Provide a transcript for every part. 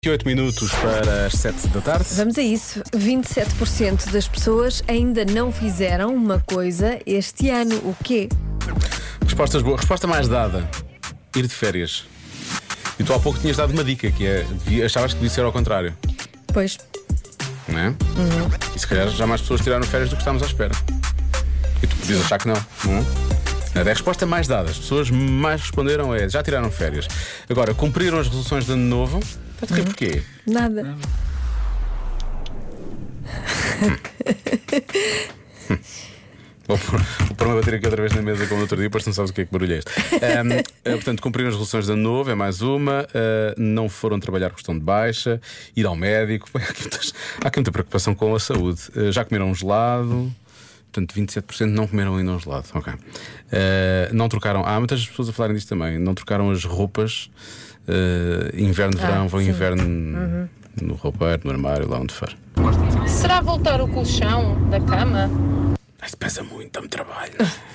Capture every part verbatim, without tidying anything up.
oito minutos para as sete da tarde. Vamos a isso. vinte e sete por cento das pessoas ainda não fizeram uma coisa este ano. O quê? Respostas boas. Resposta mais dada: ir de férias. E tu há pouco tinhas dado uma dica que é: devia, achavas que devia ser ao contrário. Pois. Não é? Uhum. E se calhar já mais pessoas tiraram férias do que estávamos à espera. E tu podias achar que não. Não? É a resposta mais dada. As pessoas mais responderam é: já tiraram férias. Agora, cumpriram as resoluções de ano novo. Estás a rir porquê? Nada. Hum. Vou pôr-me a bater aqui outra vez na mesa como no outro dia, depois não sabes o que é que barulho é este. Um, uh, portanto, cumpriram as resoluções de ano novo, é mais uma. Uh, não foram trabalhar com questão de baixa, ir ao médico. Há aqui, muitas, há aqui muita preocupação com a saúde. Uh, já comeram um gelado. Portanto, vinte e sete por cento não comeram ainda um gelado. Ok. Uh, não trocaram. Há muitas pessoas a falarem disto também. Não trocaram as roupas. Uh, inverno, verão, ah, vão sim. inverno uhum. no roupeiro, no armário, lá onde for. Será voltar o colchão da cama? Isso pesa muito, dá-me trabalho.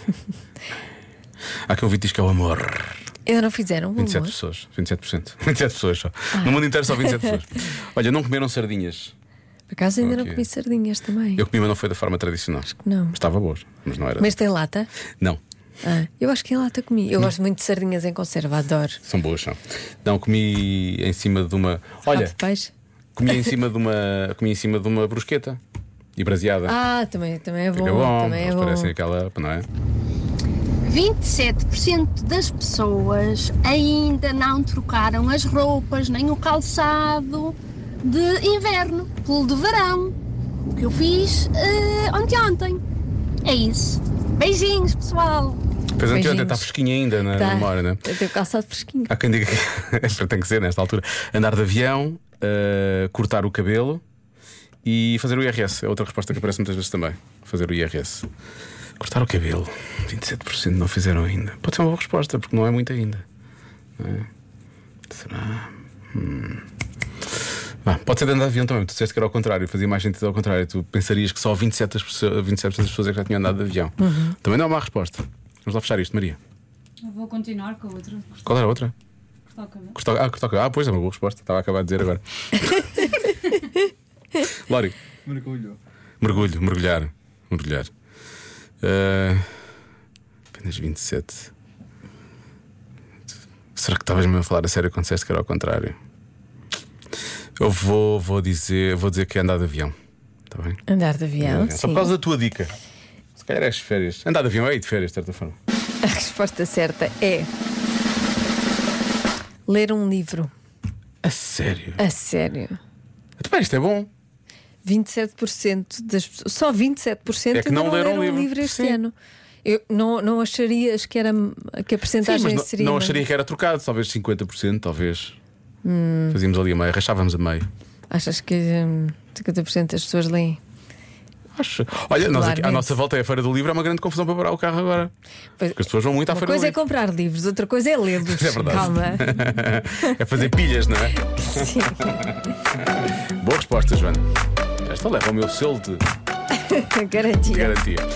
Há quem ouvi diz que é o amor. Ainda não fizeram. vinte e sete amor? pessoas. vinte e sete por cento. vinte e sete pessoas só. Ah. No mundo inteiro só vinte e sete pessoas. Olha, não comeram sardinhas. Por acaso ainda Okay. não comi sardinhas também. Eu comi, mas não foi da forma tradicional. Acho que não. Estava boa, mas não era. Mas tem lata? Não. Ah, eu acho que em lata comi. Eu gosto muito de sardinhas em conserva, adoro. São boas, são. Não, comi em cima de uma. Olha, Rabo de peixe? comi em cima de uma. Comi em cima de uma brusqueta. E braseada. Ah, também, também é bom. Fica bom, também é eles bom. parecem aquela. Não é? vinte e sete por cento das pessoas ainda não trocaram as roupas nem o calçado de inverno pelo de verão. O que eu fiz uh, ontem ontem. É isso. Beijinhos, pessoal. Pois anteontem Beijinhos. está fresquinha ainda na Tá. memória, não é? Eu tenho calçado fresquinho. Há quem diga que tem que ser nesta altura. Andar de avião, uh, cortar o cabelo e fazer o I R S. É outra resposta que aparece muitas vezes também. Fazer o I R S. Cortar o cabelo. vinte e sete por cento não fizeram ainda. Pode ser uma boa resposta, porque não é muito ainda. Não é? Será? Hum. Ah, pode ser de andar de avião também. Tu disseste que era ao contrário. Fazia mais sentido ao contrário. Tu pensarias que só vinte e sete por cento das pessoas é que já tinham andado de avião. Uhum. Também não é uma má resposta. Vamos lá fechar isto, Maria. Eu vou continuar com a outra. Qual era a outra? Cortar o cabelo. Cortar, ah, cortar o cabelo. Ah, pois é uma boa resposta. Estava a acabar de dizer agora. Lori. Mergulho. Mergulho, mergulhar. Mergulhar. Uh, apenas vinte e sete. Será que estavas mesmo a falar a sério quando disseste que era ao contrário? Eu vou, vou, dizer, vou dizer que é andar de avião. Está bem? Andar de avião, Só sim. por causa da tua dica. Se calhar és de férias. Andar de avião é ir de férias, de certa forma. A resposta certa é ler um livro. A sério? A sério. Então, isto é bom. vinte e sete por cento das pessoas, só vinte e sete por cento É que ainda não não leram leram um um livro. livro este Sim. ano. Eu não, não acharias que, era, que a Sim, percentagem mas não, seria. não acharia que era trocado. Talvez cinquenta por cento, talvez. Hum. Fazíamos ali a meio, rachávamos a meio. Achas que hum, cinquenta por cento das pessoas leem? Acho. Olha, nós aqui, à Regularmente. nossa volta é a Feira do Livro. É uma grande confusão para parar o carro agora. Pois, Porque as pessoas vão muito à uma Feira do coisa é Livro. comprar livros, outra coisa é lê-los. É verdade. Calma. É fazer pilhas, não é? Sim. Boa resposta, Joana. Esta leva o meu selo de Garantia. garantia.